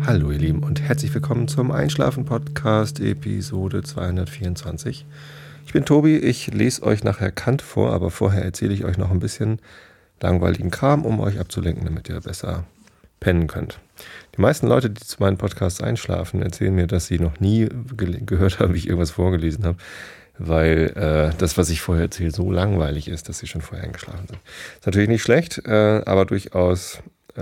Hallo ihr Lieben und herzlich willkommen zum Einschlafen-Podcast Episode 224. Ich bin Tobi, ich lese euch nachher Kant vor, aber vorher erzähle ich euch noch ein bisschen langweiligen Kram, um euch abzulenken, damit ihr besser pennen könnt. Die meisten Leute, die zu meinen Podcasts einschlafen, erzählen mir, dass sie noch nie gehört haben, wie ich irgendwas vorgelesen habe, weil das, was ich vorher erzähle, so langweilig ist, dass sie schon vorher eingeschlafen sind. Ist natürlich nicht schlecht, aber durchaus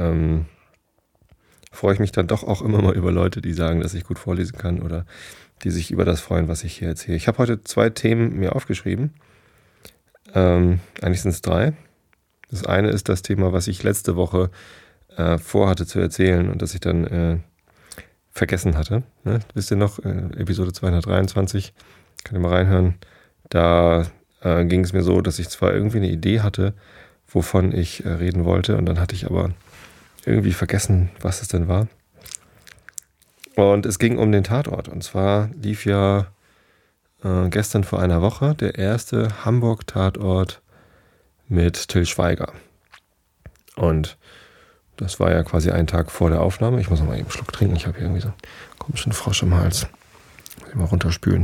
freue ich mich dann doch auch immer mal über Leute, die sagen, dass ich gut vorlesen kann oder die sich über das freuen, was ich hier erzähle. Ich habe heute 2 Themen mir aufgeschrieben. Eigentlich sind es 3. Das eine ist das Thema, was ich letzte Woche vorhatte zu erzählen und das ich dann vergessen hatte. Ne? Wisst ihr noch, Episode 223, könnt ihr mal reinhören. Da ging es mir so, dass ich zwar irgendwie eine Idee hatte, wovon ich reden wollte, und dann hatte ich aber irgendwie vergessen, was es denn war. Und es ging um den Tatort. Und zwar lief ja gestern vor einer Woche der erste Hamburg-Tatort mit Til Schweiger. Und das war ja quasi einen Tag vor der Aufnahme. Ich muss noch mal eben einen Schluck trinken. Ich habe hier irgendwie so einen komischen Frosch im Hals. Muss ich mal runterspülen.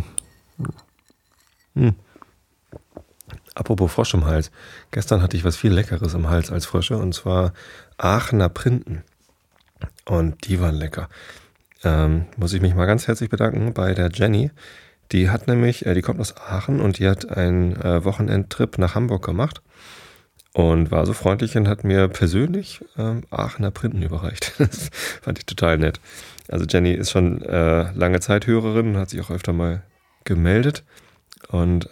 Apropos Frosch im Hals. Gestern hatte ich was viel Leckeres im Hals als Frösche. Und zwar Aachener Printen. Und die waren lecker. Muss ich mich mal ganz herzlich bedanken bei der Jenny. Die hat nämlich, die kommt aus Aachen und die hat einen Wochenendtrip nach Hamburg gemacht. Und war so freundlich und hat mir persönlich Aachener Printen überreicht. Das fand ich total nett. Also Jenny ist schon lange Zeit Hörerin und hat sich auch öfter mal gemeldet. Und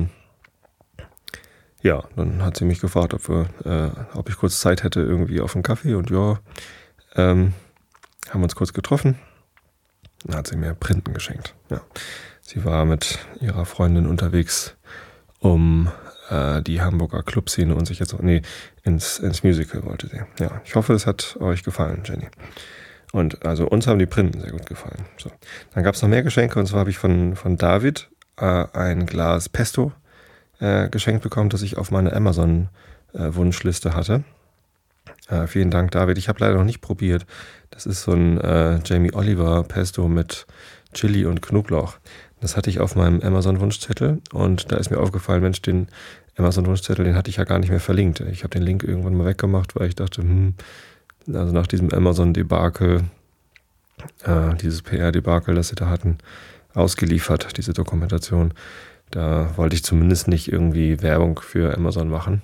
ja, dann hat sie mich gefragt, ob ich kurz Zeit hätte irgendwie auf einen Kaffee. Und ja, haben uns kurz getroffen. Dann hat sie mir Printen geschenkt. Ja. Sie war mit ihrer Freundin unterwegs, um die Hamburger Clubszene und sich jetzt ins Musical wollte sie. Ja, ich hoffe, es hat euch gefallen, Jenny. Und also uns haben die Printen sehr gut gefallen. So. Dann gab es noch mehr Geschenke, und zwar habe ich von David ein Glas Pesto geschenkt bekommen, das ich auf meiner Amazon-Wunschliste hatte. Vielen Dank, David. Ich habe leider noch nicht probiert. Das ist so ein Jamie Oliver Pesto mit Chili und Knoblauch. Das hatte ich auf meinem Amazon-Wunschzettel und da ist mir aufgefallen, Mensch, den Amazon-Wunschzettel, den hatte ich ja gar nicht mehr verlinkt. Ich habe den Link irgendwann mal weggemacht, weil ich dachte, also nach diesem Amazon-Debakel, dieses PR-Debakel, das sie da hatten, ausgeliefert, diese Dokumentation, da wollte ich zumindest nicht irgendwie Werbung für Amazon machen,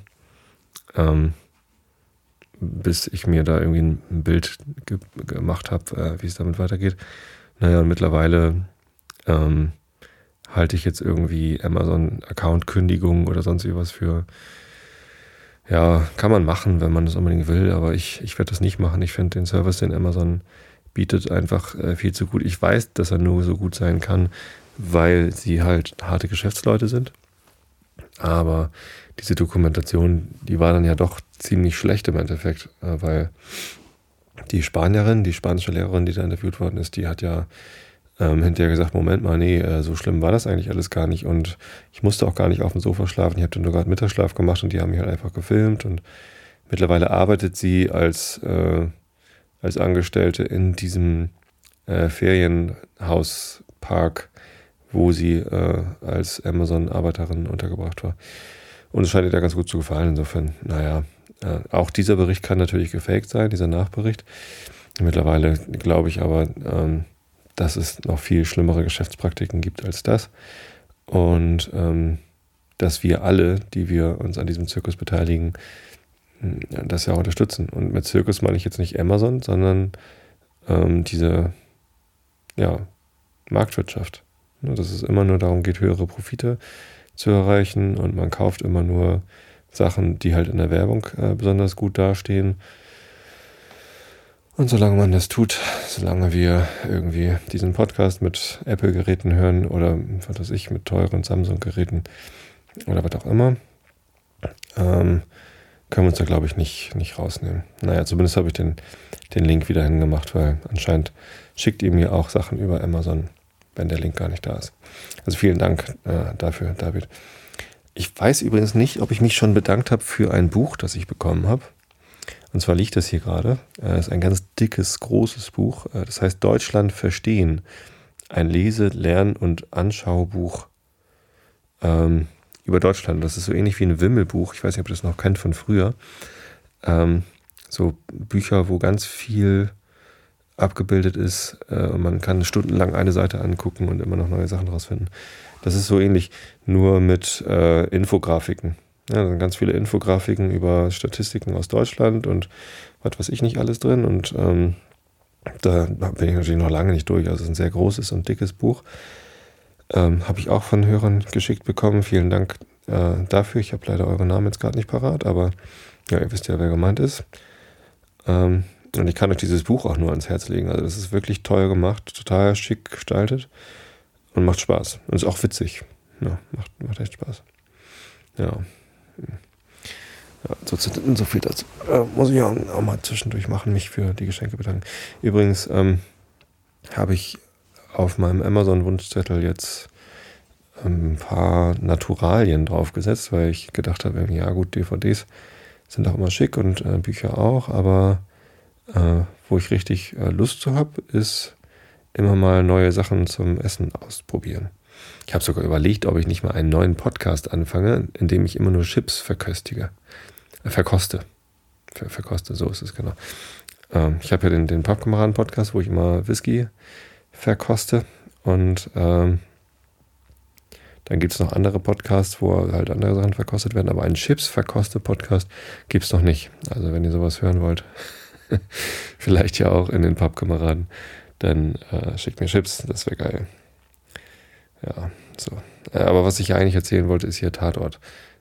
bis ich mir da irgendwie ein Bild gemacht habe, wie es damit weitergeht. Naja, und mittlerweile halte ich jetzt irgendwie Amazon-Account-Kündigung oder sonst irgendwas für, ja, kann man machen, wenn man das unbedingt will, aber ich werde das nicht machen. Ich finde den Service, den Amazon bietet, einfach viel zu gut. Ich weiß, dass er nur so gut sein kann, weil sie halt harte Geschäftsleute sind. Aber diese Dokumentation, die war dann ja doch ziemlich schlecht im Endeffekt, weil die Spanierin, die spanische Lehrerin, die da interviewt worden ist, die hat ja hinterher gesagt, Moment mal, nee, so schlimm war das eigentlich alles gar nicht und ich musste auch gar nicht auf dem Sofa schlafen, ich habe dann nur gerade Mittagsschlaf gemacht und die haben mich halt einfach gefilmt und mittlerweile arbeitet sie als Angestellte in diesem Ferienhauspark, wo sie als Amazon-Arbeiterin untergebracht war. Und es scheint ihr da ganz gut zu gefallen, insofern, naja, auch dieser Bericht kann natürlich gefaked sein, dieser Nachbericht. Mittlerweile glaube ich aber, dass es noch viel schlimmere Geschäftspraktiken gibt als das. Und dass wir alle, die wir uns an diesem Zirkus beteiligen, das ja auch unterstützen. Und mit Zirkus meine ich jetzt nicht Amazon, sondern diese Marktwirtschaft. Dass es immer nur darum geht, höhere Profite zu erreichen und man kauft immer nur Sachen, die halt in der Werbung besonders gut dastehen. Und solange man das tut, solange wir irgendwie diesen Podcast mit Apple-Geräten hören oder was weiß ich, mit teuren Samsung-Geräten oder was auch immer, können wir uns da, glaube ich, nicht rausnehmen. Naja, zumindest habe ich den Link wieder hingemacht, weil anscheinend schickt ihr mir auch Sachen über Amazon, wenn der Link gar nicht da ist. Also vielen Dank dafür, David. Ich weiß übrigens nicht, ob ich mich schon bedankt habe für ein Buch, das ich bekommen habe. Und zwar liegt das hier gerade. Es ist ein ganz dickes, großes Buch. Das heißt Deutschland verstehen. Ein Lese-, Lern- und Anschaubuch über Deutschland. Das ist so ähnlich wie ein Wimmelbuch. Ich weiß nicht, ob ihr das noch kennt von früher. So Bücher, wo ganz viel abgebildet ist. Und man kann stundenlang eine Seite angucken und immer noch neue Sachen draus finden. Das ist so ähnlich, nur mit Infografiken. Ja, da sind ganz viele Infografiken über Statistiken aus Deutschland und was weiß ich nicht alles drin. Und da bin ich natürlich noch lange nicht durch. Also es ist ein sehr großes und dickes Buch. Habe ich auch von Hörern geschickt bekommen. Vielen Dank dafür. Ich habe leider euren Namen jetzt gerade nicht parat, aber ja, ihr wisst ja, wer gemeint ist. Und ich kann euch dieses Buch auch nur ans Herz legen. Also das ist wirklich toll gemacht, total schick gestaltet und macht Spaß. Und ist auch witzig. Ja, macht echt Spaß. Ja. Ja, so viel dazu. Muss ich auch mal zwischendurch machen, mich für die Geschenke bedanken. Übrigens habe ich auf meinem Amazon-Wunschzettel jetzt ein paar Naturalien draufgesetzt, weil ich gedacht habe, ja gut, DVDs sind auch immer schick und Bücher auch, aber wo ich richtig Lust zu habe, ist immer mal neue Sachen zum Essen ausprobieren. Ich habe sogar überlegt, ob ich nicht mal einen neuen Podcast anfange, in dem ich immer nur Chips verkoste, so ist es genau. Ich habe ja den Pappkameraden-Podcast, wo ich immer Whisky verkoste und dann gibt es noch andere Podcasts, wo halt andere Sachen verkostet werden, aber einen Chips-verkoste-Podcast gibt es noch nicht. Also wenn ihr sowas hören wollt, vielleicht ja auch in den Pappkameraden, dann schickt mir Chips, das wäre geil. Ja, so. Aber was ich ja eigentlich erzählen wollte, ist hier Tatort.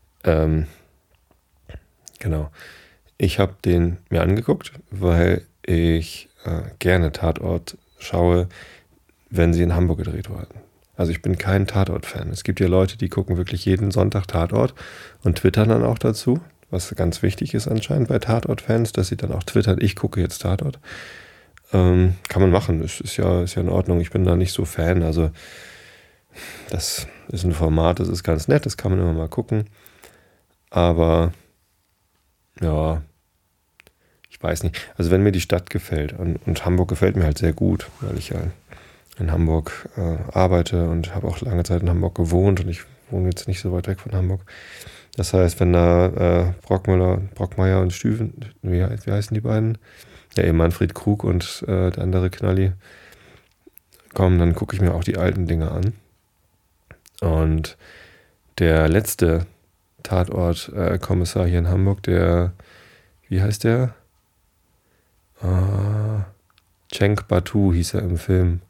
Genau. Ich habe den mir angeguckt, weil ich gerne Tatort schaue, wenn sie in Hamburg gedreht wurden. Also ich bin kein Tatort-Fan. Es gibt ja Leute, die gucken wirklich jeden Sonntag Tatort und twittern dann auch dazu, was ganz wichtig ist anscheinend bei Tatort-Fans, dass sie dann auch twittern, ich gucke jetzt Tatort. Kann man machen, ist ja in Ordnung. Ich bin da nicht so Fan, also das ist ein Format, das ist ganz nett, das kann man immer mal gucken. Aber ja, ich weiß nicht. Also wenn mir die Stadt gefällt und Hamburg gefällt mir halt sehr gut, weil ich ja in Hamburg arbeite und habe auch lange Zeit in Hamburg gewohnt und ich wohne jetzt nicht so weit weg von Hamburg. Das heißt, wenn da Brockmeier und Stüven, wie heißen die beiden? Ja, eben Manfred Krug und der andere Knalli kommen, dann gucke ich mir auch die alten Dinge an. Und der letzte Tatort-Kommissar hier in Hamburg, wie heißt der? Cenk Batu hieß er im Film.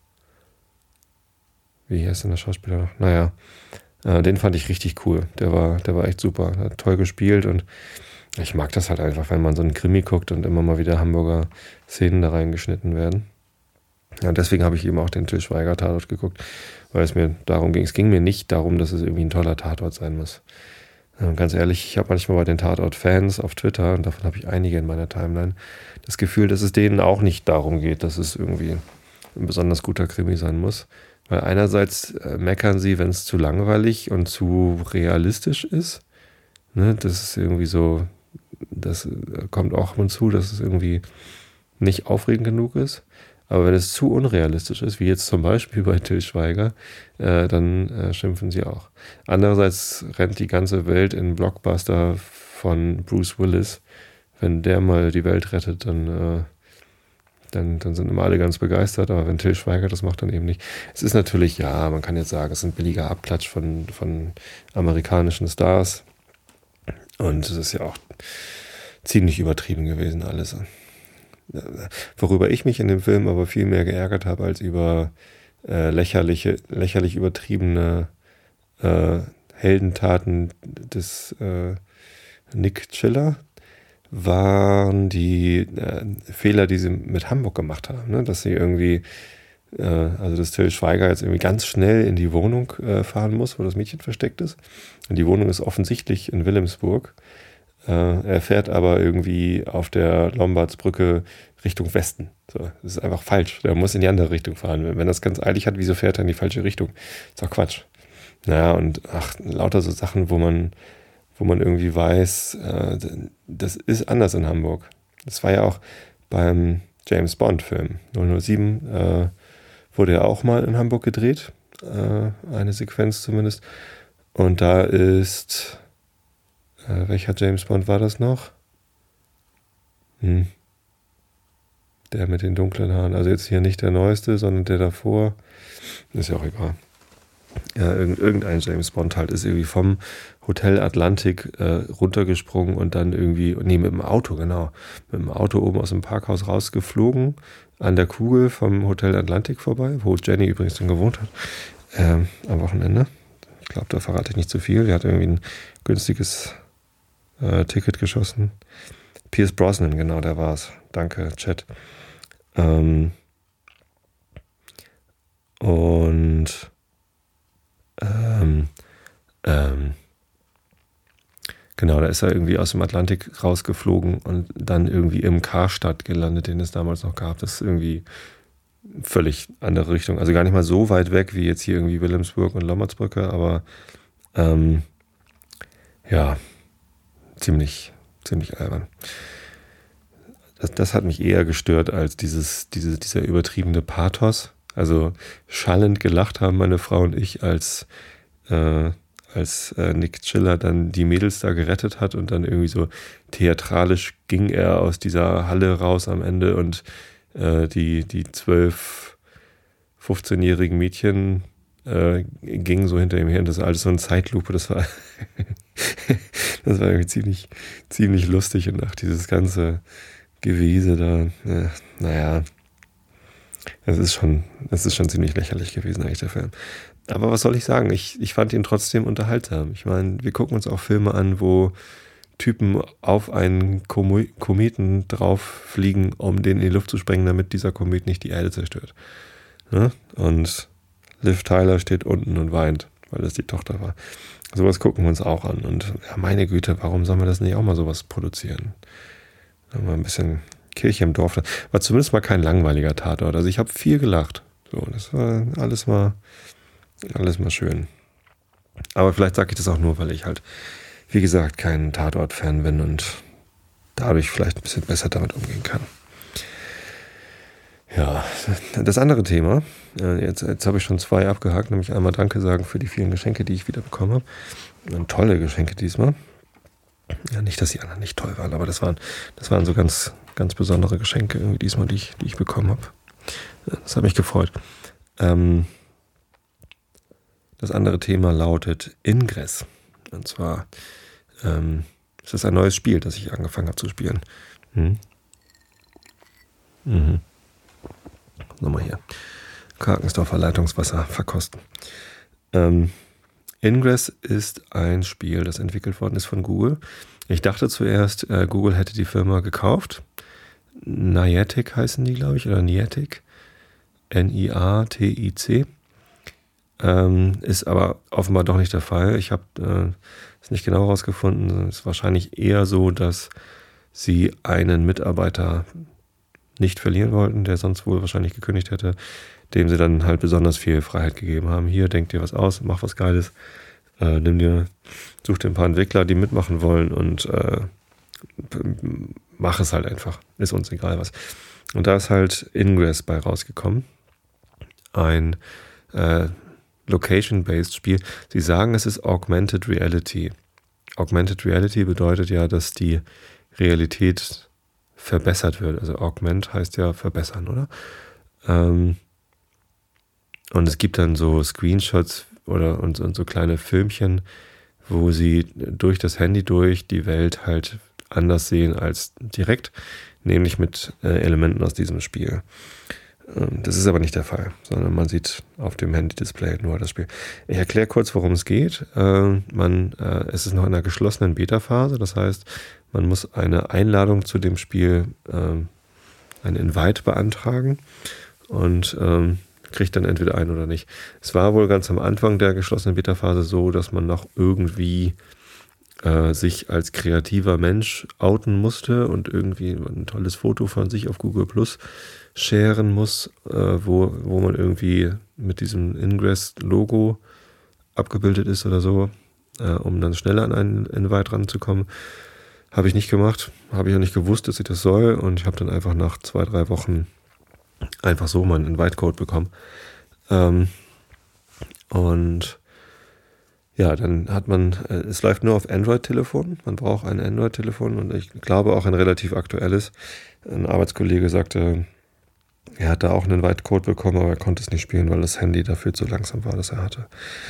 Wie heißt denn der Schauspieler noch? Naja, den fand ich richtig cool. Der war echt super. Hat toll gespielt und ich mag das halt einfach, wenn man so einen Krimi guckt und immer mal wieder Hamburger Szenen da reingeschnitten werden. Ja, deswegen habe ich eben auch den Til Schweiger Tatort geguckt, weil es mir darum ging. Es ging mir nicht darum, dass es irgendwie ein toller Tatort sein muss. Ganz ehrlich, ich habe manchmal bei den Tatort-Fans auf Twitter, und davon habe ich einige in meiner Timeline, das Gefühl, dass es denen auch nicht darum geht, dass es irgendwie ein besonders guter Krimi sein muss. Weil einerseits meckern sie, wenn es zu langweilig und zu realistisch ist. Ne, das ist irgendwie so, das kommt auch ab und zu, dass es irgendwie nicht aufregend genug ist. Aber wenn es zu unrealistisch ist, wie jetzt zum Beispiel bei Til Schweiger, dann schimpfen sie auch. Andererseits rennt die ganze Welt in Blockbuster von Bruce Willis. Wenn der mal die Welt rettet, dann sind immer alle ganz begeistert. Aber wenn Til Schweiger das macht, dann eben nicht. Es ist natürlich, ja, man kann jetzt sagen, es ist ein billiger Abklatsch von amerikanischen Stars. Und es ist ja auch ziemlich übertrieben gewesen alles. Worüber ich mich in dem Film aber viel mehr geärgert habe als über lächerlich übertriebene Heldentaten des Nick Chiller, waren die Fehler, die sie mit Hamburg gemacht haben. Ne? Dass sie irgendwie, also dass Til Schweiger jetzt irgendwie ganz schnell in die Wohnung fahren muss, wo das Mädchen versteckt ist. Und die Wohnung ist offensichtlich in Wilhelmsburg. Er fährt aber irgendwie auf der Lombardsbrücke Richtung Westen. So, das ist einfach falsch. Der muss in die andere Richtung fahren. Wenn das ganz eilig hat, wieso fährt er in die falsche Richtung? Ist doch Quatsch. Naja, und lauter so Sachen, wo man irgendwie weiß, das ist anders in Hamburg. Das war ja auch beim James Bond-Film 007, wurde ja auch mal in Hamburg gedreht, eine Sequenz zumindest. Und da ist, welcher James Bond war das noch? Der mit den dunklen Haaren, also jetzt hier nicht der neueste, sondern der davor, ist ja auch egal. Ja, irgendein James Bond halt ist irgendwie vom Hotel Atlantik runtergesprungen und dann irgendwie, nee, mit dem Auto, genau, mit dem Auto oben aus dem Parkhaus rausgeflogen, an der Kugel vom Hotel Atlantik vorbei, wo Jenny übrigens dann gewohnt hat, am Wochenende. Ich glaube, da verrate ich nicht zu viel. Die hat irgendwie ein günstiges Ticket geschossen. Pierce Brosnan, genau, der war's. Danke, Chat. Genau, da ist er irgendwie aus dem Atlantik rausgeflogen und dann irgendwie im Karstadt gelandet, den es damals noch gab. Das ist irgendwie völlig andere Richtung. Also gar nicht mal so weit weg wie jetzt hier irgendwie Wilhelmsburg und Lommertsbrücke, aber ja, ziemlich albern. Das hat mich eher gestört als dieser übertriebene Pathos. Also schallend gelacht haben meine Frau und ich, als Nick Chiller dann die Mädels da gerettet hat und dann irgendwie so theatralisch ging er aus dieser Halle raus am Ende und die 12-, 15-jährigen Mädchen gingen so hinter ihm her und das war alles so eine Zeitlupe. Das war irgendwie ziemlich lustig und auch dieses ganze Gewese da, naja, es ist schon ziemlich lächerlich gewesen eigentlich, der Film. Aber was soll ich sagen? Ich fand ihn trotzdem unterhaltsam. Ich meine, wir gucken uns auch Filme an, wo Typen auf einen Kometen drauf fliegen, um den in die Luft zu sprengen, damit dieser Komet nicht die Erde zerstört. Ja? Und Liv Tyler steht unten und weint, weil das die Tochter war. Sowas gucken wir uns auch an. Und ja, meine Güte, warum sollen wir das nicht auch mal sowas produzieren? Mal ein bisschen Kirche im Dorf. War zumindest mal kein langweiliger Tatort. Also ich habe viel gelacht. So, das war alles mal schön. Aber vielleicht sage ich das auch nur, weil ich halt, wie gesagt, kein Tatort-Fan bin und dadurch vielleicht ein bisschen besser damit umgehen kann. Ja, das andere Thema, jetzt habe ich schon 2 abgehakt, nämlich einmal Danke sagen für die vielen Geschenke, die ich wieder bekommen habe. Und tolle Geschenke diesmal. Ja, nicht, dass die anderen nicht toll waren, aber das waren so ganz besondere Geschenke irgendwie diesmal, die ich bekommen habe. Das hat mich gefreut. Das andere Thema lautet Ingress. Und zwar ist das ein neues Spiel, das ich angefangen habe zu spielen. Nochmal hier. Karkensdorfer Leitungswasser verkosten. Ingress ist ein Spiel, das entwickelt worden ist von Google. Ich dachte zuerst, Google hätte die Firma gekauft. Niantic heißen die, glaube ich, oder Niantic. Niatic. Ist aber offenbar doch nicht der Fall. Ich habe es nicht genau herausgefunden. Es ist wahrscheinlich eher so, dass sie einen Mitarbeiter nicht verlieren wollten, der sonst wohl wahrscheinlich gekündigt hätte, dem sie dann halt besonders viel Freiheit gegeben haben. Hier, denk dir was aus, mach was Geiles, such dir ein paar Entwickler, die mitmachen wollen und mach es halt einfach. Ist uns egal was. Und da ist halt Ingress bei rausgekommen. Ein Location-based Spiel. Sie sagen, es ist Augmented Reality. Augmented Reality bedeutet ja, dass die Realität verbessert wird. Also Augment heißt ja verbessern, oder? Und es gibt dann so Screenshots und so kleine Filmchen, wo sie durch das Handy die Welt halt anders sehen als direkt, nämlich mit Elementen aus diesem Spiel. Das ist aber nicht der Fall, sondern man sieht auf dem Handy-Display nur das Spiel. Ich erkläre kurz, worum es geht. Es ist noch in einer geschlossenen Beta-Phase, das heißt, man muss eine Einladung zu dem Spiel, ein Invite beantragen und kriegt dann entweder ein oder nicht. Es war wohl ganz am Anfang der geschlossenen Beta-Phase so, dass man noch irgendwie sich als kreativer Mensch outen musste und irgendwie ein tolles Foto von sich auf Google Plus sharen muss, wo man irgendwie mit diesem Ingress-Logo abgebildet ist oder so, um dann schneller an einen Invite ranzukommen. Habe ich nicht gemacht, habe ich auch nicht gewusst, dass ich das soll, und ich habe dann einfach nach 2-3 Wochen einfach so mal einen Invite-Code bekommen. Und ja, dann hat man, es läuft nur auf Android-Telefonen, man braucht ein Android-Telefon, und ich glaube auch ein relativ aktuelles. Ein Arbeitskollege sagte, er hat da auch einen Invite-Code bekommen, aber er konnte es nicht spielen, weil das Handy dafür zu langsam war, das er hatte.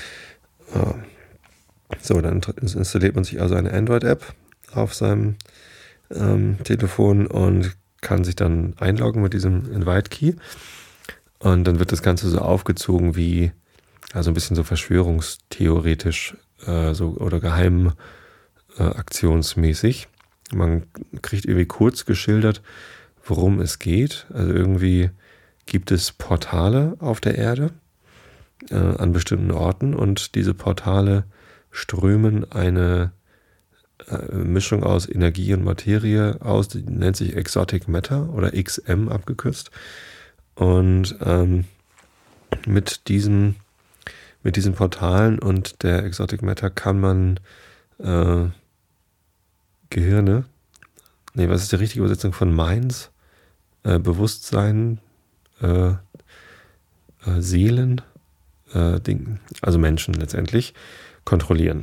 So, dann installiert man sich also eine Android-App auf seinem Telefon und kann sich dann einloggen mit diesem Invite-Key. Und dann wird das Ganze so aufgezogen wie, also ein bisschen so verschwörungstheoretisch so, oder geheim aktionsmäßig. Man kriegt irgendwie kurz geschildert, worum es geht. Also irgendwie gibt es Portale auf der Erde an bestimmten Orten, und diese Portale strömen eine Mischung aus Energie und Materie aus, die nennt sich Exotic Matter oder XM abgekürzt. Und mit diesen Portalen und der Exotic Matter kann man Gehirne, was ist die richtige Übersetzung von Minds? Bewusstsein, Seelen, also Menschen letztendlich, kontrollieren.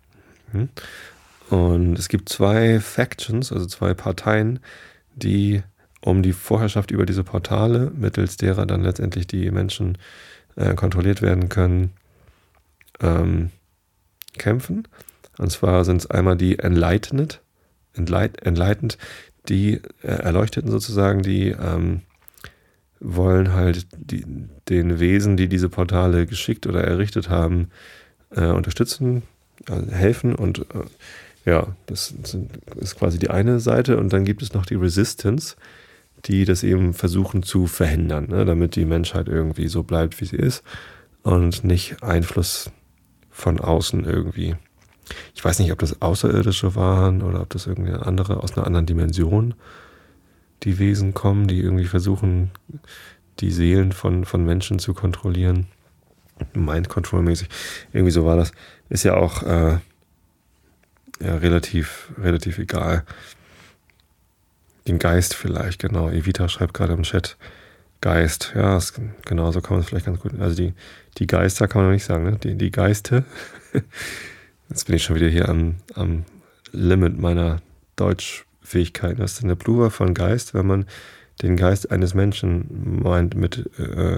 Und es gibt 2 Factions, also 2 Parteien, die um die Vorherrschaft über diese Portale, mittels derer dann letztendlich die Menschen kontrolliert werden können, kämpfen. Und zwar sind es einmal die Enlightened, die Erleuchteten sozusagen, die wollen halt den Wesen, die diese Portale geschickt oder errichtet haben, unterstützen, helfen, und das ist quasi die eine Seite. Und dann gibt es noch die Resistance, die das eben versuchen zu verhindern, ne, damit die Menschheit irgendwie so bleibt, wie sie ist, und nicht Einfluss von außen irgendwie. Ich weiß nicht, ob das Außerirdische waren oder ob das irgendwie aus einer anderen Dimension die Wesen kommen, die irgendwie versuchen, die Seelen von Menschen zu kontrollieren. Mind-Control-mäßig. Irgendwie so war das. Ist ja auch relativ egal. Den Geist vielleicht, genau. Evita schreibt gerade im Chat, Geist. Ja, genau, so kann man es vielleicht ganz gut. Also die Geister kann man noch nicht sagen, ne? Die Geiste. Jetzt bin ich schon wieder hier am Limit meiner Deutschfähigkeiten. Das ist eine Plural von Geist, wenn man den Geist eines Menschen meint mit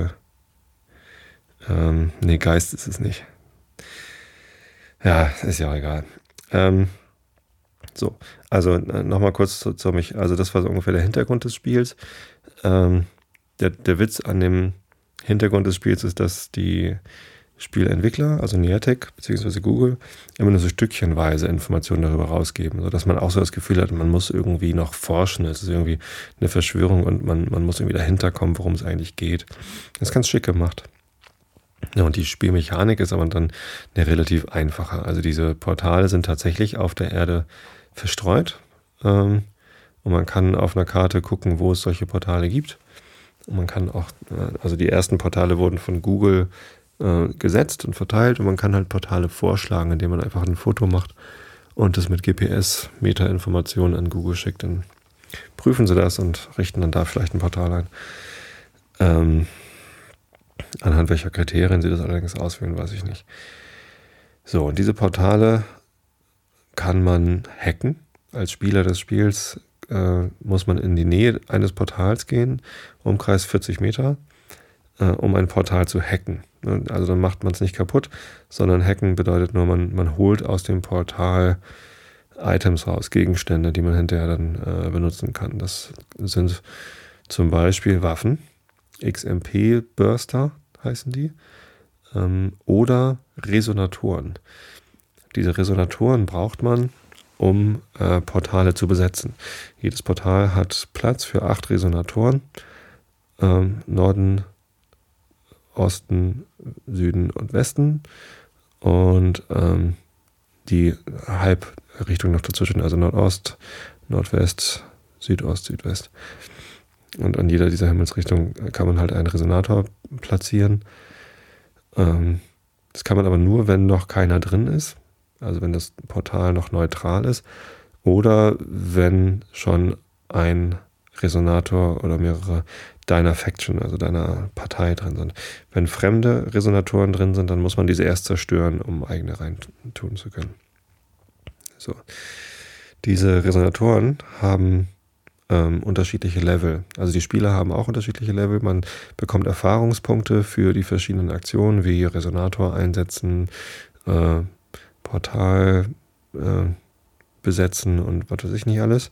Geist ist es nicht. Ja, ist ja auch egal. So, also nochmal kurz zu mich. Also das war so ungefähr der Hintergrund des Spiels. Der Witz an dem Hintergrund des Spiels ist, dass die Spielentwickler, also Niantic bzw. Google, immer nur so stückchenweise Informationen darüber rausgeben, sodass man auch so das Gefühl hat, man muss irgendwie noch forschen, es ist irgendwie eine Verschwörung und man muss irgendwie dahinter kommen, worum es eigentlich geht. Das ist ganz schick gemacht. Ja, und die Spielmechanik ist aber dann eine relativ einfache. Also diese Portale sind tatsächlich auf der Erde verstreut, und man kann auf einer Karte gucken, wo es solche Portale gibt. Und man kann auch, also die ersten Portale wurden von Google gesetzt und verteilt, und man kann halt Portale vorschlagen, indem man einfach ein Foto macht und das mit GPS-Meta-Informationen an Google schickt. Dann prüfen sie das und richten dann da vielleicht ein Portal ein. Anhand welcher Kriterien sie das allerdings auswählen, weiß ich nicht. So, und diese Portale kann man hacken. Als Spieler des Spiels muss man in die Nähe eines Portals gehen, Umkreis 40 Meter, um ein Portal zu hacken. Also dann macht man es nicht kaputt, sondern hacken bedeutet nur, man holt aus dem Portal Items raus, Gegenstände, die man hinterher dann benutzen kann. Das sind zum Beispiel Waffen, XMP-Burster heißen die, oder Resonatoren. Diese Resonatoren braucht man, um Portale zu besetzen. Jedes Portal hat Platz für 8 Resonatoren. Norden, Osten, Süden und Westen. Und die Halbrichtung noch dazwischen, also Nordost, Nordwest, Südost, Südwest. Und an jeder dieser Himmelsrichtungen kann man halt einen Resonator platzieren. Das kann man aber nur, wenn noch keiner drin ist. Also wenn das Portal noch neutral ist. oder wenn schon ein Resonator oder mehrere deiner Faction, also deiner Partei drin sind. Wenn fremde Resonatoren drin sind, dann muss man diese erst zerstören, um eigene rein tun zu können. So. Diese Resonatoren haben unterschiedliche Level. Also die Spieler haben auch unterschiedliche Level. Man bekommt Erfahrungspunkte für die verschiedenen Aktionen, wie Resonator einsetzen, Portal besetzen und was weiß ich nicht alles.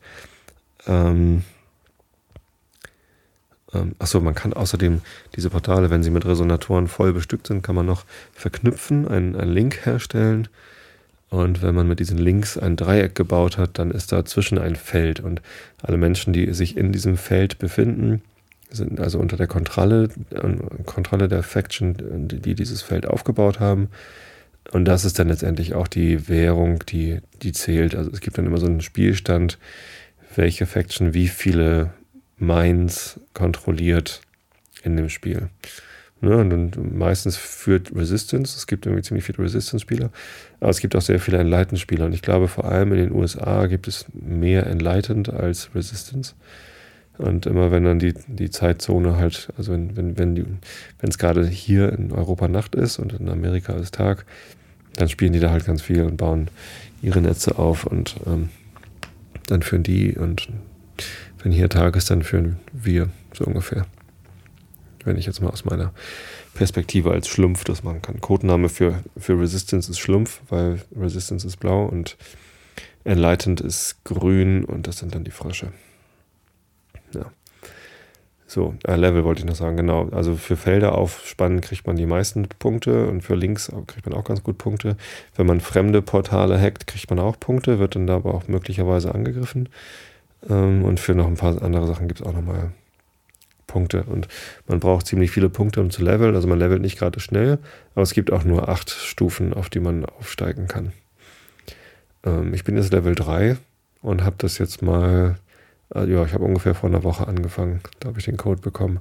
Achso, man kann außerdem diese Portale, wenn sie mit Resonatoren voll bestückt sind, kann man noch verknüpfen, einen Link herstellen. Und wenn man mit diesen Links ein Dreieck gebaut hat, dann ist dazwischen ein Feld. Und alle Menschen, die sich in diesem Feld befinden, sind also unter der Kontrolle der Faction, die dieses Feld aufgebaut haben. Und das ist dann letztendlich auch die Währung, die zählt. Also es gibt dann immer so einen Spielstand, welche Faction wie viele Mines kontrolliert in dem Spiel. Ne, und meistens führt Resistance, es gibt irgendwie ziemlich viele Resistance-Spieler, aber es gibt auch sehr viele Enlightened-Spieler und ich glaube vor allem in den USA gibt es mehr Enlightened als Resistance und immer wenn dann die Zeitzone halt, also wenn es gerade hier in Europa Nacht ist und in Amerika ist Tag, dann spielen die da halt ganz viel und bauen ihre Netze auf und dann führen die und wenn hier Tag ist, dann führen wir so ungefähr. Wenn ich jetzt mal aus meiner Perspektive als Schlumpf das machen kann. Codename für Resistance ist Schlumpf, weil Resistance ist blau und Enlightened ist grün und das sind dann die Frösche. Ja. So, Level wollte ich noch sagen, genau. Also für Felder aufspannen kriegt man die meisten Punkte und für Links kriegt man auch ganz gut Punkte. Wenn man fremde Portale hackt, kriegt man auch Punkte, wird dann da aber auch möglicherweise angegriffen. Und für noch ein paar andere Sachen gibt es auch nochmal Punkte und man braucht ziemlich viele Punkte, um zu leveln. Also man levelt nicht gerade schnell, aber es gibt auch nur 8 Stufen, auf die man aufsteigen kann. Ich bin jetzt Level 3 und habe das jetzt mal, ich habe ungefähr vor einer Woche angefangen. Da habe ich den Code bekommen.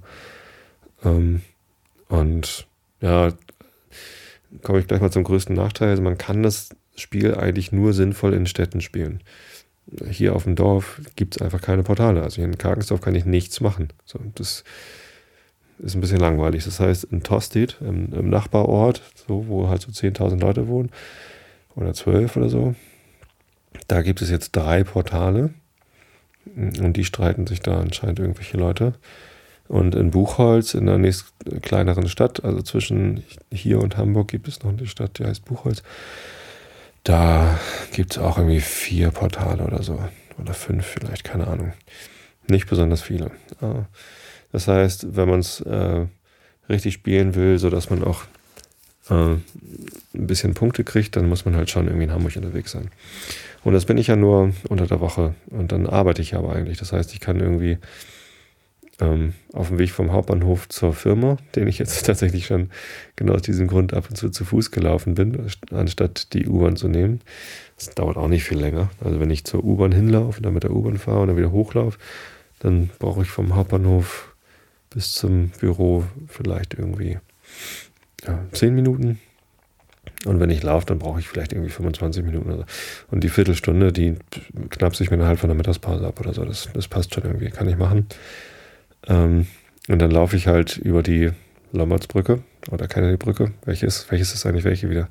Und ja, komme ich gleich mal zum größten Nachteil. Also man kann das Spiel eigentlich nur sinnvoll in Städten spielen. Hier auf dem Dorf gibt es einfach keine Portale. Also hier in Karkensdorf kann ich nichts machen. So, das ist ein bisschen langweilig. Das heißt, in Tostedt, im Nachbarort, so, wo halt so 10.000 Leute wohnen, oder 12 oder so, da gibt es jetzt 3 Portale. Und die streiten sich da anscheinend irgendwelche Leute. Und in Buchholz, in der nächsten kleineren Stadt, also zwischen hier und Hamburg, gibt es noch eine Stadt, die heißt Buchholz. Da gibt es auch irgendwie 4 Portale oder so. Oder 5 vielleicht, keine Ahnung. Nicht besonders viele. Das heißt, wenn man es richtig spielen will, sodass man auch ein bisschen Punkte kriegt, dann muss man halt schon irgendwie in Hamburg unterwegs sein. Und das bin ich ja nur unter der Woche. Und dann arbeite ich aber eigentlich. Das heißt, ich kann irgendwie auf dem Weg vom Hauptbahnhof zur Firma, den ich jetzt tatsächlich schon genau aus diesem Grund ab und zu Fuß gelaufen bin, anstatt die U-Bahn zu nehmen. Das dauert auch nicht viel länger. Also wenn ich zur U-Bahn hinlaufe, dann mit der U-Bahn fahre und dann wieder hochlaufe, dann brauche ich vom Hauptbahnhof bis zum Büro vielleicht irgendwie 10 Minuten. Und wenn ich laufe, dann brauche ich vielleicht irgendwie 25 Minuten oder so. Und die Viertelstunde, die knapse ich mir dann halt von der Mittagspause ab oder so. Das passt schon irgendwie, kann ich machen. Und dann laufe ich halt über die Lombardsbrücke oder Kennedy-Brücke. Welches ist eigentlich welche wieder?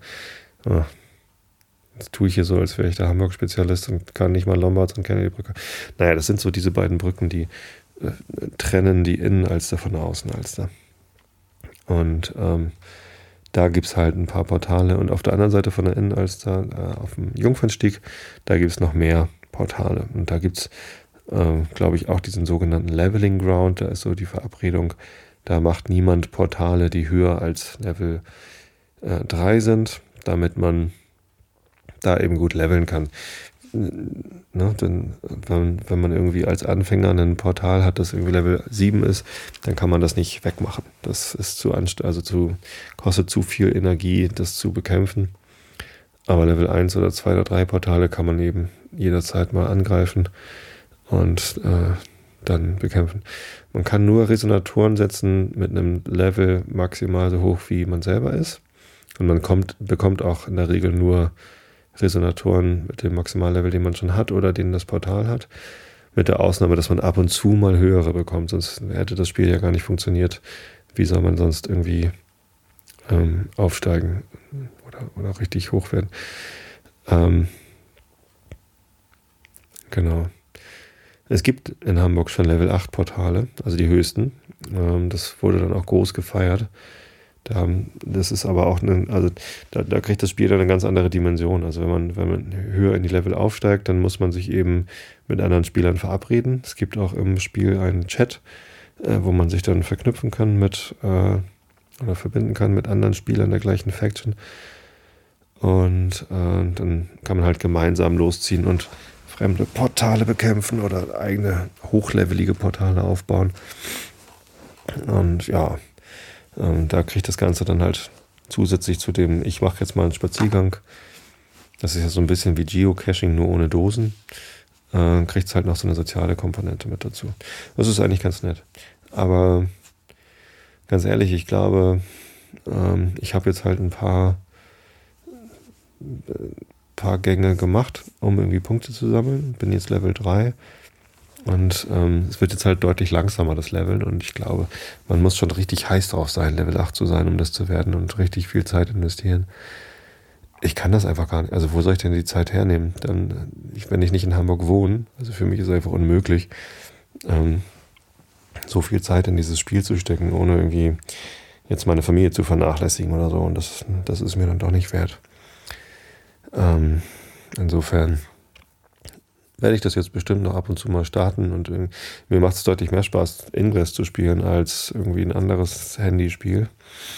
Jetzt tue ich hier so, als wäre ich der Hamburg-Spezialist und kann nicht mal Lombards und Kennedy-Brücke. Naja, das sind so diese beiden Brücken, die trennen die Innenalster von der Außenalster. Und da gibt es halt ein paar Portale. Und auf der anderen Seite von der Innenalster, auf dem Jungfernstieg, da gibt es noch mehr Portale. Und da gibt es glaube ich, auch diesen sogenannten Leveling Ground. Da ist so die Verabredung, da macht niemand Portale, die höher als Level 3 sind, damit man da eben gut leveln kann. Ne, denn wenn man irgendwie als Anfänger ein Portal hat, das irgendwie Level 7 ist, dann kann man das nicht wegmachen. Das ist kostet zu viel Energie, das zu bekämpfen. Aber Level 1 oder 2 oder 3 Portale kann man eben jederzeit mal angreifen und dann bekämpfen. Man kann nur Resonatoren setzen mit einem Level maximal so hoch, wie man selber ist. Und man bekommt auch in der Regel nur Resonatoren mit dem Maximallevel, den man schon hat oder den das Portal hat. Mit der Ausnahme, dass man ab und zu mal höhere bekommt, sonst hätte das Spiel ja gar nicht funktioniert. Wie soll man sonst irgendwie aufsteigen oder richtig hoch werden? Genau. Es gibt in Hamburg schon Level 8 Portale, also die höchsten. Das wurde dann auch groß gefeiert. Das ist aber auch, da kriegt das Spiel dann eine ganz andere Dimension. Also wenn man höher in die Level aufsteigt, dann muss man sich eben mit anderen Spielern verabreden. Es gibt auch im Spiel einen Chat, wo man sich dann verknüpfen kann oder verbinden kann mit anderen Spielern der gleichen Faction. Und dann kann man halt gemeinsam losziehen und fremde Portale bekämpfen oder eigene hochlevelige Portale aufbauen. Und ja, da kriegt das Ganze dann halt zusätzlich zu dem, ich mache jetzt mal einen Spaziergang, das ist ja so ein bisschen wie Geocaching, nur ohne Dosen, kriegt es halt noch so eine soziale Komponente mit dazu. Das ist eigentlich ganz nett. Aber ganz ehrlich, ich glaube, ich habe jetzt halt ein paar Gänge gemacht, um irgendwie Punkte zu sammeln. Bin jetzt Level 3 und es wird jetzt halt deutlich langsamer, das Leveln, und ich glaube, man muss schon richtig heiß drauf sein, Level 8 zu sein, um das zu werden, und richtig viel Zeit investieren. Ich kann das einfach gar nicht. Also wo soll ich denn die Zeit hernehmen? Wenn ich nicht in Hamburg wohne, also für mich ist es einfach unmöglich, so viel Zeit in dieses Spiel zu stecken, ohne irgendwie jetzt meine Familie zu vernachlässigen oder so, und das ist mir dann doch nicht wert. Insofern werde ich das jetzt bestimmt noch ab und zu mal starten, und mir macht es deutlich mehr Spaß, Ingress zu spielen, als irgendwie ein anderes Handyspiel.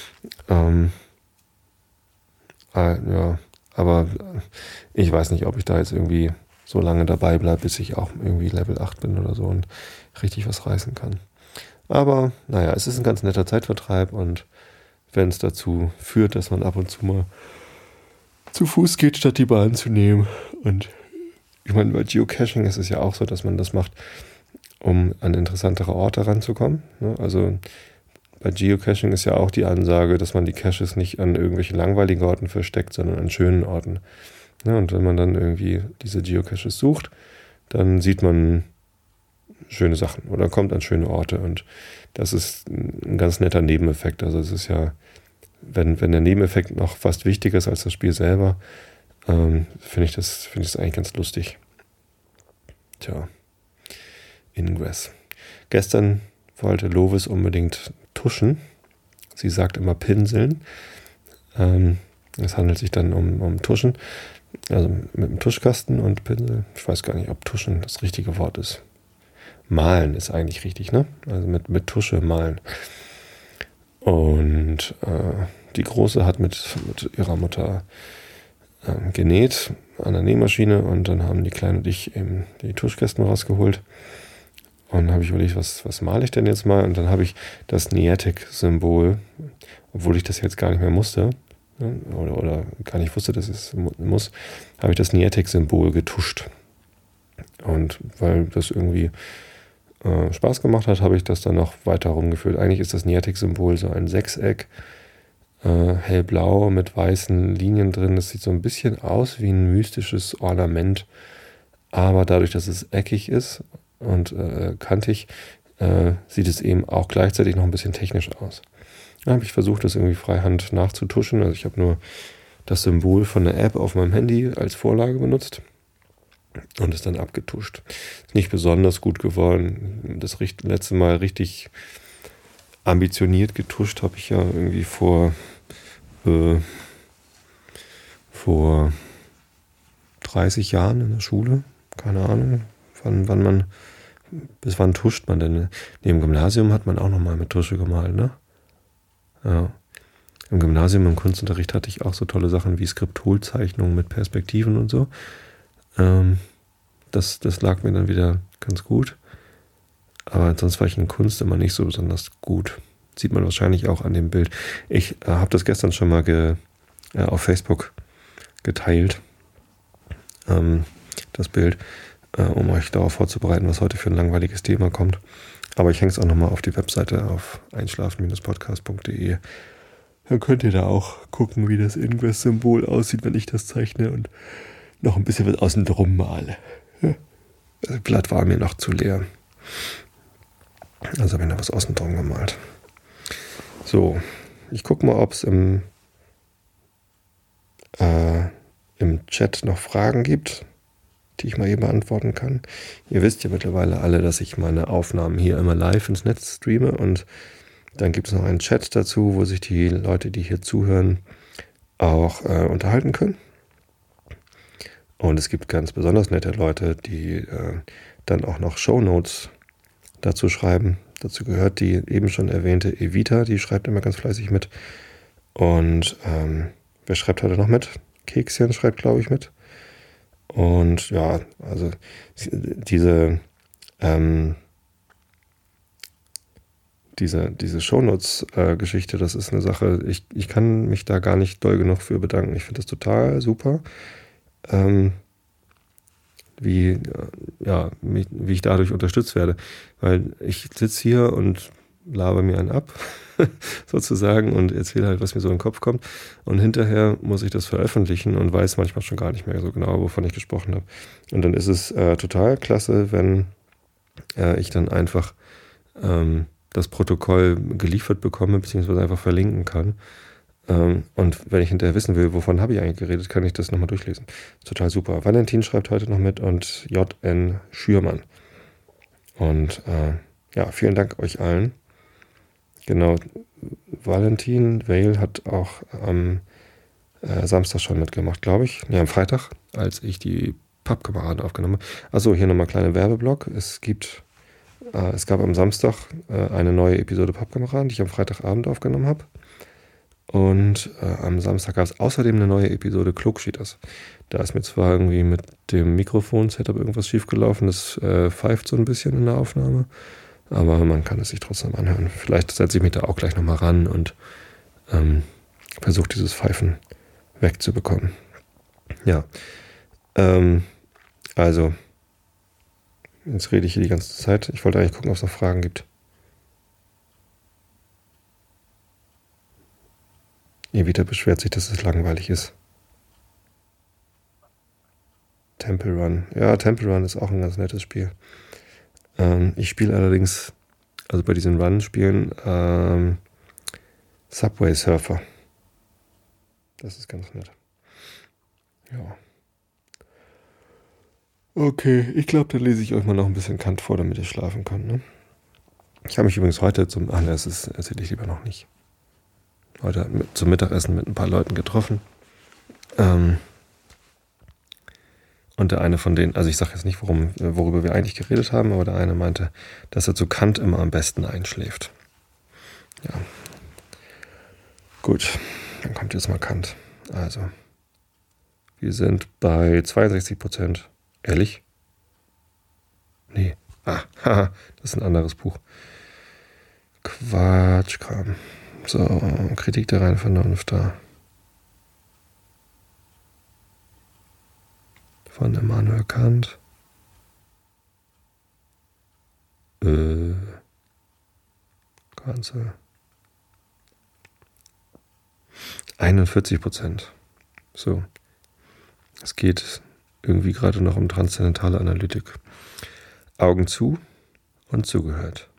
Ja, aber ich weiß nicht, ob ich da jetzt irgendwie so lange dabei bleibe, bis ich auch irgendwie Level 8 bin oder so und richtig was reißen kann. Aber naja, es ist ein ganz netter Zeitvertreib, und wenn es dazu führt, dass man ab und zu mal zu Fuß geht, statt die Bahn zu nehmen. Und ich meine, bei Geocaching ist es ja auch so, dass man das macht, um an interessantere Orte ranzukommen. Also bei Geocaching ist ja auch die Ansage, dass man die Caches nicht an irgendwelchen langweiligen Orten versteckt, sondern an schönen Orten. Und wenn man dann irgendwie diese Geocaches sucht, dann sieht man schöne Sachen oder kommt an schöne Orte, und das ist ein ganz netter Nebeneffekt. Also es ist ja, wenn der Nebeneffekt noch fast wichtiger ist als das Spiel selber, finde ich das eigentlich ganz lustig. Tja, Ingress. Gestern wollte Lovis unbedingt tuschen. Sie sagt immer pinseln. Es handelt sich dann um Tuschen, also mit einem Tuschkasten und Pinsel. Ich weiß gar nicht, ob Tuschen das richtige Wort ist. Malen ist eigentlich richtig, ne? Also mit Tusche malen. Und die Große hat mit ihrer Mutter genäht an der Nähmaschine, und dann haben die Kleine und ich eben die Tuschkästen rausgeholt. Und dann habe ich überlegt, was male ich denn jetzt mal? Und dann habe ich das Niantic-Symbol, obwohl ich das jetzt gar nicht mehr musste, oder gar nicht wusste, dass es muss, habe ich das Niantic-Symbol getuscht. Und weil das irgendwie Spaß gemacht hat, habe ich das dann noch weiter rumgeführt. Eigentlich ist das Niantic-Symbol so ein Sechseck, hellblau mit weißen Linien drin. Das sieht so ein bisschen aus wie ein mystisches Ornament, aber dadurch, dass es eckig ist und kantig, sieht es eben auch gleichzeitig noch ein bisschen technisch aus. Da habe ich versucht, das irgendwie freihand nachzutuschen. Also ich habe nur das Symbol von der App auf meinem Handy als Vorlage benutzt und es dann abgetuscht. Ist nicht besonders gut geworden. Das letzte Mal richtig ambitioniert getuscht habe ich ja irgendwie vor 30 Jahren in der Schule. Keine Ahnung, bis wann tuscht man denn? Neben Gymnasium hat man auch nochmal mit Tusche gemalt, ne? Ja. Im Gymnasium, im Kunstunterricht hatte ich auch so tolle Sachen wie Skriptolzeichnungen mit Perspektiven und so. Das lag mir dann wieder ganz gut. Aber sonst war ich in Kunst immer nicht so besonders gut. Sieht man wahrscheinlich auch an dem Bild. Ich habe das gestern schon mal auf Facebook geteilt, das Bild, um euch darauf vorzubereiten, was heute für ein langweiliges Thema kommt. Aber ich hänge es auch nochmal auf die Webseite auf einschlafen-podcast.de. Dann könnt ihr da auch gucken, wie das Ingress-Symbol aussieht, wenn ich das zeichne und noch ein bisschen was außen drum male. Das Blatt war mir noch zu leer. Also habe ich noch was außen drum gemalt. So, ich gucke mal, ob es im Chat noch Fragen gibt, die ich mal eben beantworten kann. Ihr wisst ja mittlerweile alle, dass ich meine Aufnahmen hier immer live ins Netz streame und dann gibt es noch einen Chat dazu, wo sich die Leute, die hier zuhören, auch unterhalten können. Und es gibt ganz besonders nette Leute, die dann auch noch Shownotes dazu schreiben. Dazu gehört die eben schon erwähnte Evita, die schreibt immer ganz fleißig mit. Und wer schreibt heute noch mit? Kekschen schreibt, glaube ich, mit. Und ja, also diese Shownotes-Geschichte, das ist eine Sache, ich kann mich da gar nicht doll genug für bedanken. Ich finde das total super, wie ich dadurch unterstützt werde. Weil ich sitze hier und laber mir einen ab, sozusagen, und erzähle halt, was mir so in den Kopf kommt. Und hinterher muss ich das veröffentlichen und weiß manchmal schon gar nicht mehr so genau, wovon ich gesprochen habe. Und dann ist es total klasse, wenn ich dann einfach das Protokoll geliefert bekomme, beziehungsweise einfach verlinken kann. Und wenn ich hinterher wissen will, wovon habe ich eigentlich geredet, kann ich das nochmal durchlesen. Total super. Valentin schreibt heute noch mit und JN Schürmann. Und vielen Dank euch allen. Genau, Valentin Weil hat auch am Samstag schon mitgemacht, glaube ich. Nee, am Freitag, als ich die Pappkameraden aufgenommen habe. Achso, hier nochmal kleiner Werbeblock. Es gab am Samstag eine neue Episode Pappkameraden, die ich am Freitagabend aufgenommen habe. Und am Samstag gab es außerdem eine neue Episode Klugschieders. Da ist mir zwar irgendwie mit dem Mikrofon-Setup irgendwas schiefgelaufen, das pfeift so ein bisschen in der Aufnahme, aber man kann es sich trotzdem anhören. Vielleicht setze ich mich da auch gleich nochmal ran und versuche dieses Pfeifen wegzubekommen. Ja, also jetzt rede ich hier die ganze Zeit. Ich wollte eigentlich gucken, ob es noch Fragen gibt. Evita beschwert sich, dass es langweilig ist. Temple Run. Ja, Temple Run ist auch ein ganz nettes Spiel. Ich spiele allerdings, also bei diesen Run-Spielen, Subway Surfer. Das ist ganz nett. Ja. Okay, ich glaube, dann lese ich euch mal noch ein bisschen Kant vor, damit ihr schlafen könnt. Ne? Ich habe mich übrigens heute das erzähle ich lieber noch nicht. Heute zum Mittagessen mit ein paar Leuten getroffen. Und der eine von denen, also ich sage jetzt nicht, worüber wir eigentlich geredet haben, aber der eine meinte, dass er zu Kant immer am besten einschläft. Ja. Gut, dann kommt jetzt mal Kant. Also, wir sind bei 62%. Ehrlich? Nee. Das ist ein anderes Buch. Quatschkram. So, Kritik der reinen Vernunft da. Von Immanuel Kant. Ganze 41%. So. Es geht irgendwie gerade noch um transzendentale Analytik. Augen zu und zugehört.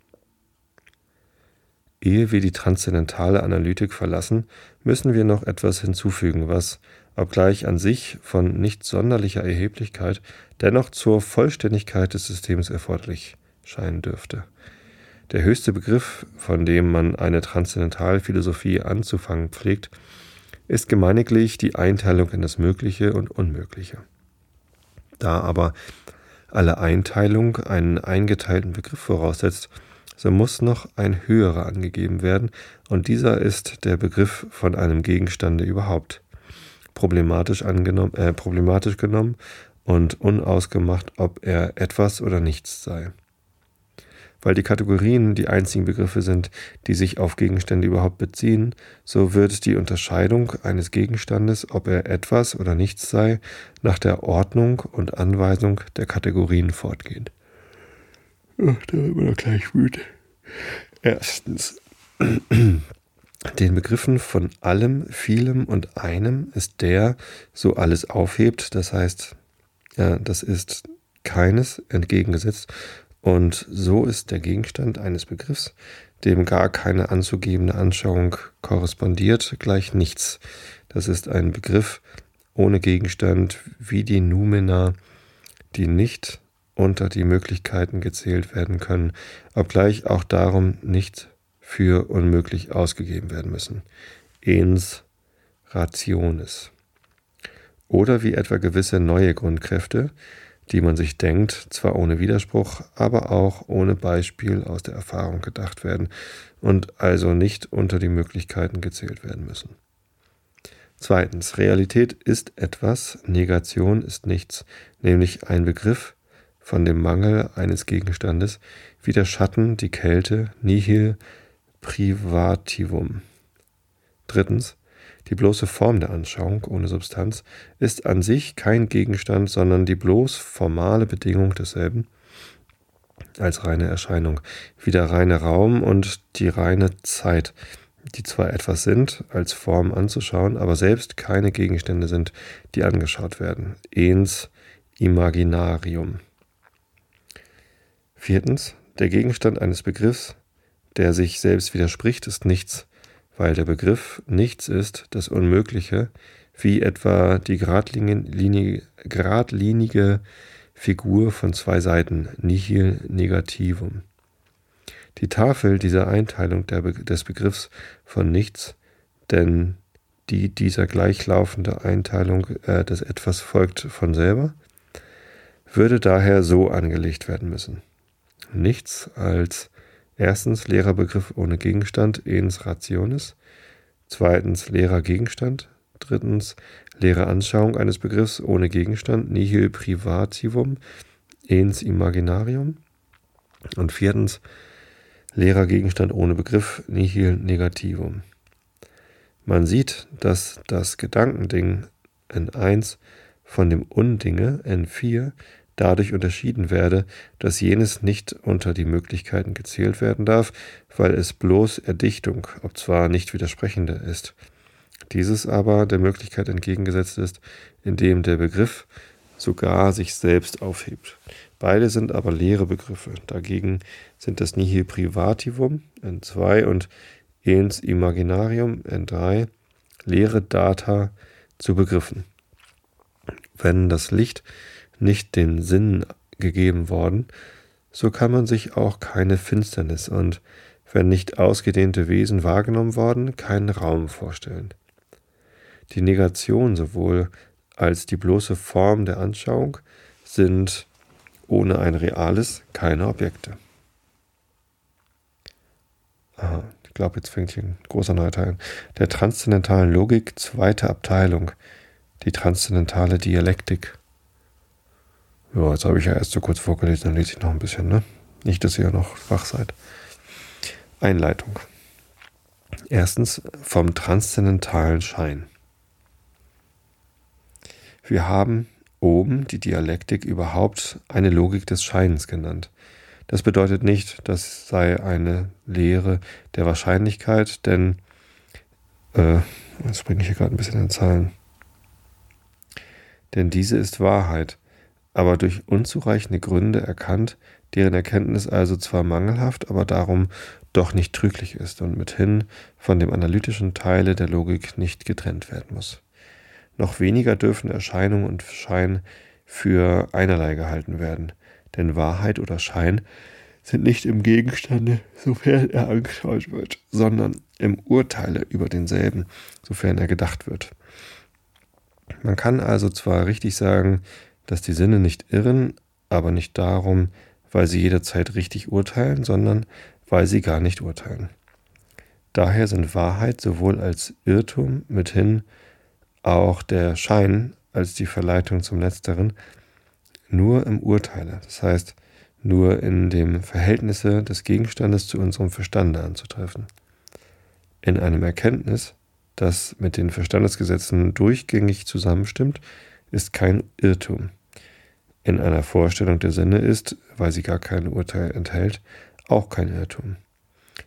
Ehe wir die transzendentale Analytik verlassen, müssen wir noch etwas hinzufügen, was, obgleich an sich von nicht sonderlicher Erheblichkeit, dennoch zur Vollständigkeit des Systems erforderlich scheinen dürfte. Der höchste Begriff, von dem man eine Transzendentalphilosophie anzufangen pflegt, ist gemeiniglich die Einteilung in das Mögliche und Unmögliche. Da aber alle Einteilung einen eingeteilten Begriff voraussetzt, so muss noch ein höherer angegeben werden, und dieser ist der Begriff von einem Gegenstande überhaupt. Problematisch genommen und unausgemacht, ob er etwas oder nichts sei. Weil die Kategorien die einzigen Begriffe sind, die sich auf Gegenstände überhaupt beziehen, so wird die Unterscheidung eines Gegenstandes, ob er etwas oder nichts sei, nach der Ordnung und Anweisung der Kategorien fortgehen. Ach, da wird man doch gleich wütend. Erstens. Den Begriffen von allem, vielem und einem ist der, so alles aufhebt, das heißt, das ist keines entgegengesetzt, und so ist der Gegenstand eines Begriffs, dem gar keine anzugebende Anschauung korrespondiert, gleich nichts. Das ist ein Begriff ohne Gegenstand, wie die Noumena, die nicht unter die Möglichkeiten gezählt werden können, obgleich auch darum nicht für unmöglich ausgegeben werden müssen. Ens rationis. Oder wie etwa gewisse neue Grundkräfte, die man sich denkt, zwar ohne Widerspruch, aber auch ohne Beispiel aus der Erfahrung gedacht werden und also nicht unter die Möglichkeiten gezählt werden müssen. Zweitens, Realität ist etwas, Negation ist nichts, nämlich ein Begriff von dem Mangel eines Gegenstandes, wie der Schatten, die Kälte, nihil privativum. Drittens, die bloße Form der Anschauung ohne Substanz ist an sich kein Gegenstand, sondern die bloß formale Bedingung desselben als reine Erscheinung, wie der reine Raum und die reine Zeit, die zwar etwas sind, als Form anzuschauen, aber selbst keine Gegenstände sind, die angeschaut werden. Ens imaginarium. Viertens, der Gegenstand eines Begriffs, der sich selbst widerspricht, ist nichts, weil der Begriff nichts ist, das Unmögliche, wie etwa die geradlinige Figur von zwei Seiten, nihil negativum. Die Tafel dieser Einteilung des Begriffs von nichts, denn die dieser gleichlaufende Einteilung des Etwas folgt von selber, würde daher so angelegt werden müssen. Nichts als erstens leerer Begriff ohne Gegenstand, ens rationis, zweitens leerer Gegenstand, drittens leere Anschauung eines Begriffs ohne Gegenstand, nihil privativum, ens imaginarium, und viertens leerer Gegenstand ohne Begriff, nihil negativum. Man sieht, dass das Gedankending N1 von dem Undinge N4 dadurch unterschieden werde, dass jenes nicht unter die Möglichkeiten gezählt werden darf, weil es bloß Erdichtung, obzwar nicht widersprechende ist. Dieses aber der Möglichkeit entgegengesetzt ist, indem der Begriff sogar sich selbst aufhebt. Beide sind aber leere Begriffe. Dagegen sind das nihil privativum N2 und ens imaginarium N3 leere Data zu Begriffen. Wenn das Licht nicht den Sinnen gegeben worden, so kann man sich auch keine Finsternis und, wenn nicht ausgedehnte Wesen wahrgenommen worden, keinen Raum vorstellen. Die Negation sowohl als die bloße Form der Anschauung sind ohne ein Reales keine Objekte. Ich glaube, jetzt fängt hier ein großer neuer Teil an. Der transzendentalen Logik, zweite Abteilung, die transzendentale Dialektik. Ja, jetzt habe ich ja erst so kurz vorgelesen, dann lese ich noch ein bisschen, ne? Nicht, dass ihr ja noch wach seid. Einleitung. Erstens vom transzendentalen Schein. Wir haben oben die Dialektik überhaupt eine Logik des Scheins genannt. Das bedeutet nicht, das sei eine Lehre der Wahrscheinlichkeit, denn, jetzt bringe ich hier gerade ein bisschen in Zahlen, denn diese ist Wahrheit, aber durch unzureichende Gründe erkannt, deren Erkenntnis also zwar mangelhaft, aber darum doch nicht trüglich ist und mithin von dem analytischen Teile der Logik nicht getrennt werden muss. Noch weniger dürfen Erscheinung und Schein für einerlei gehalten werden, denn Wahrheit oder Schein sind nicht im Gegenstande, sofern er angeschaut wird, sondern im Urteile über denselben, sofern er gedacht wird. Man kann also zwar richtig sagen, dass die Sinne nicht irren, aber nicht darum, weil sie jederzeit richtig urteilen, sondern weil sie gar nicht urteilen. Daher sind Wahrheit sowohl als Irrtum mithin auch der Schein als die Verleitung zum Letzteren nur im Urteile, das heißt nur in dem Verhältnisse des Gegenstandes zu unserem Verstande anzutreffen. In einem Erkenntnis, das mit den Verstandesgesetzen durchgängig zusammenstimmt, ist kein Irrtum. In einer Vorstellung der Sinne ist, weil sie gar kein Urteil enthält, auch kein Irrtum.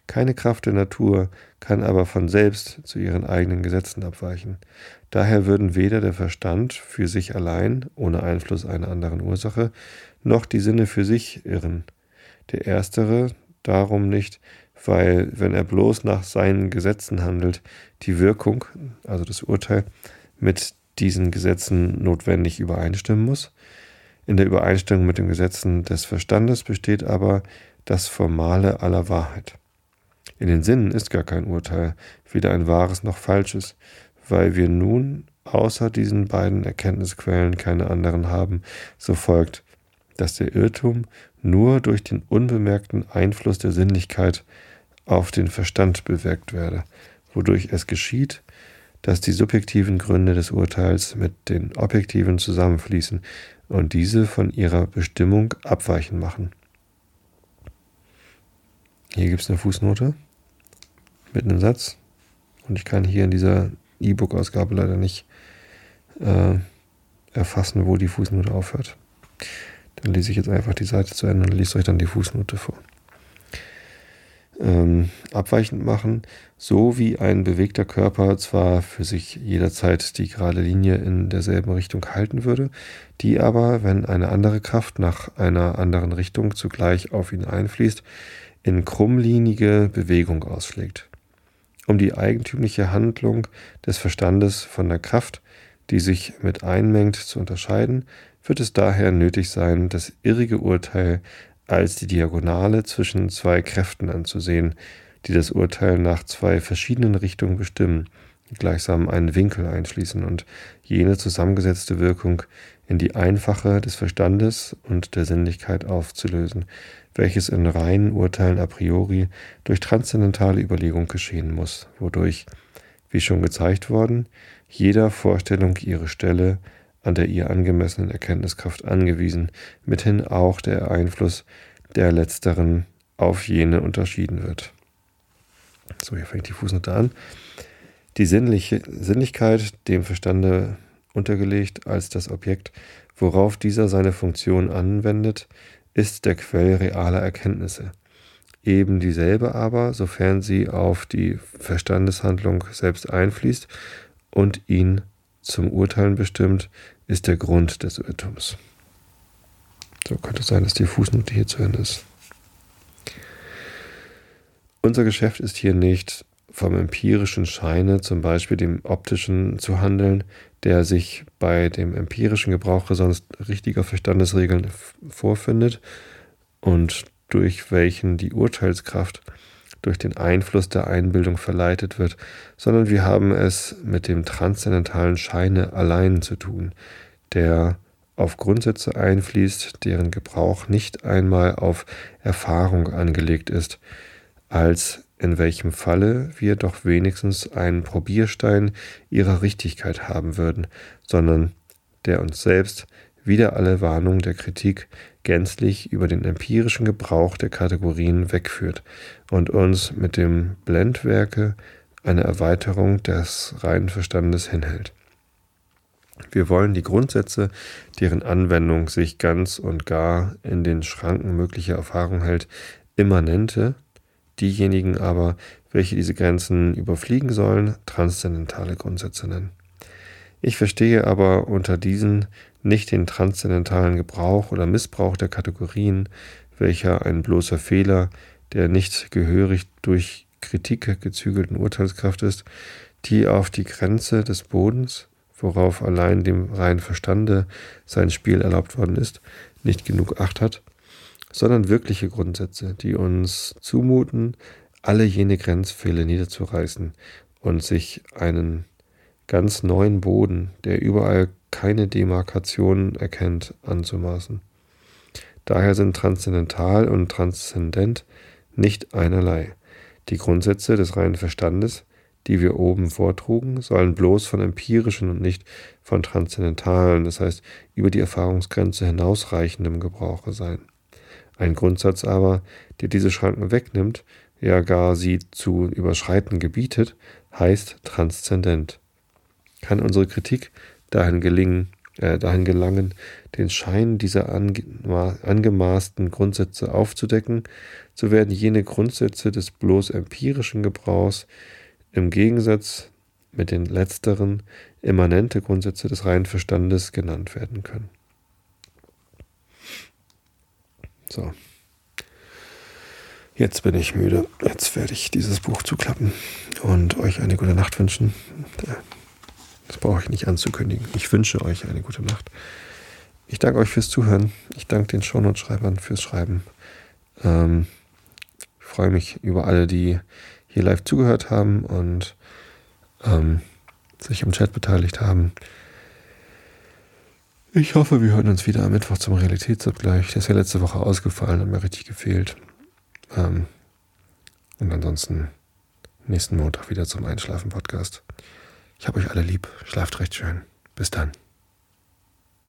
Keine Kraft der Natur kann aber von selbst zu ihren eigenen Gesetzen abweichen. Daher würden weder der Verstand für sich allein, ohne Einfluss einer anderen Ursache, noch die Sinne für sich irren. Der erstere darum nicht, weil, wenn er bloß nach seinen Gesetzen handelt, die Wirkung, also das Urteil, mit diesen Gesetzen notwendig übereinstimmen muss. In der Übereinstimmung mit den Gesetzen des Verstandes besteht aber das Formale aller Wahrheit. In den Sinnen ist gar kein Urteil, weder ein wahres noch falsches, weil wir nun außer diesen beiden Erkenntnisquellen keine anderen haben, so folgt, dass der Irrtum nur durch den unbemerkten Einfluss der Sinnlichkeit auf den Verstand bewirkt werde, wodurch es geschieht, dass die subjektiven Gründe des Urteils mit den objektiven zusammenfließen und diese von ihrer Bestimmung abweichen machen. Hier gibt es eine Fußnote mit einem Satz und ich kann hier in dieser E-Book-Ausgabe leider nicht erfassen, wo die Fußnote aufhört. Dann lese ich jetzt einfach die Seite zu Ende und lese euch dann die Fußnote vor. Abweichend machen, so wie ein bewegter Körper zwar für sich jederzeit die gerade Linie in derselben Richtung halten würde, die aber, wenn eine andere Kraft nach einer anderen Richtung zugleich auf ihn einfließt, in krummlinige Bewegung ausschlägt. Um die eigentümliche Handlung des Verstandes von der Kraft, die sich mit einmengt, zu unterscheiden, wird es daher nötig sein, das irrige Urteil als die Diagonale zwischen zwei Kräften anzusehen, die das Urteil nach zwei verschiedenen Richtungen bestimmen, gleichsam einen Winkel einschließen und jene zusammengesetzte Wirkung in die einfache des Verstandes und der Sinnlichkeit aufzulösen, welches in reinen Urteilen a priori durch transzendentale Überlegung geschehen muss, wodurch, wie schon gezeigt worden, jeder Vorstellung ihre Stelle an der ihr angemessenen Erkenntniskraft angewiesen, mithin auch der Einfluss der letzteren auf jene unterschieden wird. So, hier fängt die Fußnote an. Die Sinnlichkeit dem Verstande untergelegt als das Objekt, worauf dieser seine Funktion anwendet, ist der Quell realer Erkenntnisse. Eben dieselbe aber, sofern sie auf die Verstandeshandlung selbst einfließt und ihn zum Urteilen bestimmt, ist der Grund des Irrtums. So könnte es sein, dass die Fußnote hier zu Ende ist. Unser Geschäft ist hier nicht vom empirischen Scheine, zum Beispiel dem optischen, zu handeln, der sich bei dem empirischen Gebrauche sonst richtiger Verstandesregeln vorfindet und durch welchen die Urteilskraft durch den Einfluss der Einbildung verleitet wird, sondern wir haben es mit dem transzendentalen Scheine allein zu tun, der auf Grundsätze einfließt, deren Gebrauch nicht einmal auf Erfahrung angelegt ist, als in welchem Falle wir doch wenigstens einen Probierstein ihrer Richtigkeit haben würden, sondern der uns selbst wider alle Warnung der Kritik gänzlich über den empirischen Gebrauch der Kategorien wegführt und uns mit dem Blendwerke eine Erweiterung des reinen Verstandes hinhält. Wir wollen die Grundsätze, deren Anwendung sich ganz und gar in den Schranken möglicher Erfahrung hält, immanente, diejenigen aber, welche diese Grenzen überfliegen sollen, transzendentale Grundsätze nennen. Ich verstehe aber unter diesen nicht den transzendentalen Gebrauch oder Missbrauch der Kategorien, welcher ein bloßer Fehler der nicht gehörig durch Kritik gezügelten Urteilskraft ist, die auf die Grenze des Bodens, worauf allein dem reinen Verstande sein Spiel erlaubt worden ist, nicht genug Acht hat, sondern wirkliche Grundsätze, die uns zumuten, alle jene Grenzpfähle niederzureißen und sich einen ganz neuen Boden, der überall keine Demarkation erkennt, anzumaßen. Daher sind transzendental und transzendent nicht einerlei. Die Grundsätze des reinen Verstandes, die wir oben vortrugen, sollen bloß von empirischen und nicht von transzendentalen, das heißt über die Erfahrungsgrenze hinausreichendem Gebrauche sein. Ein Grundsatz aber, der diese Schranken wegnimmt, ja gar sie zu überschreiten gebietet, heißt transzendent. Kann unsere Kritik dahin gelingen, dahin gelangen, den Schein dieser angemaßten Grundsätze aufzudecken, so werden jene Grundsätze des bloß empirischen Gebrauchs im Gegensatz mit den letzteren immanente Grundsätze des reinen Verstandes genannt werden können. So. Jetzt bin ich müde. Jetzt werde ich dieses Buch zuklappen und euch eine gute Nacht wünschen. Das brauche ich nicht anzukündigen. Ich wünsche euch eine gute Nacht. Ich danke euch fürs Zuhören. Ich danke den Shownote-Schreibern fürs Schreiben. Ich freue mich über alle, die hier live zugehört haben und sich im Chat beteiligt haben. Ich hoffe, wir hören uns wieder am Mittwoch zum Realitätsabgleich. Der ist ja letzte Woche ausgefallen, hat mir richtig gefehlt. Und ansonsten nächsten Montag wieder zum Einschlafen-Podcast. Ich habe euch alle lieb. Schlaft recht schön. Bis dann.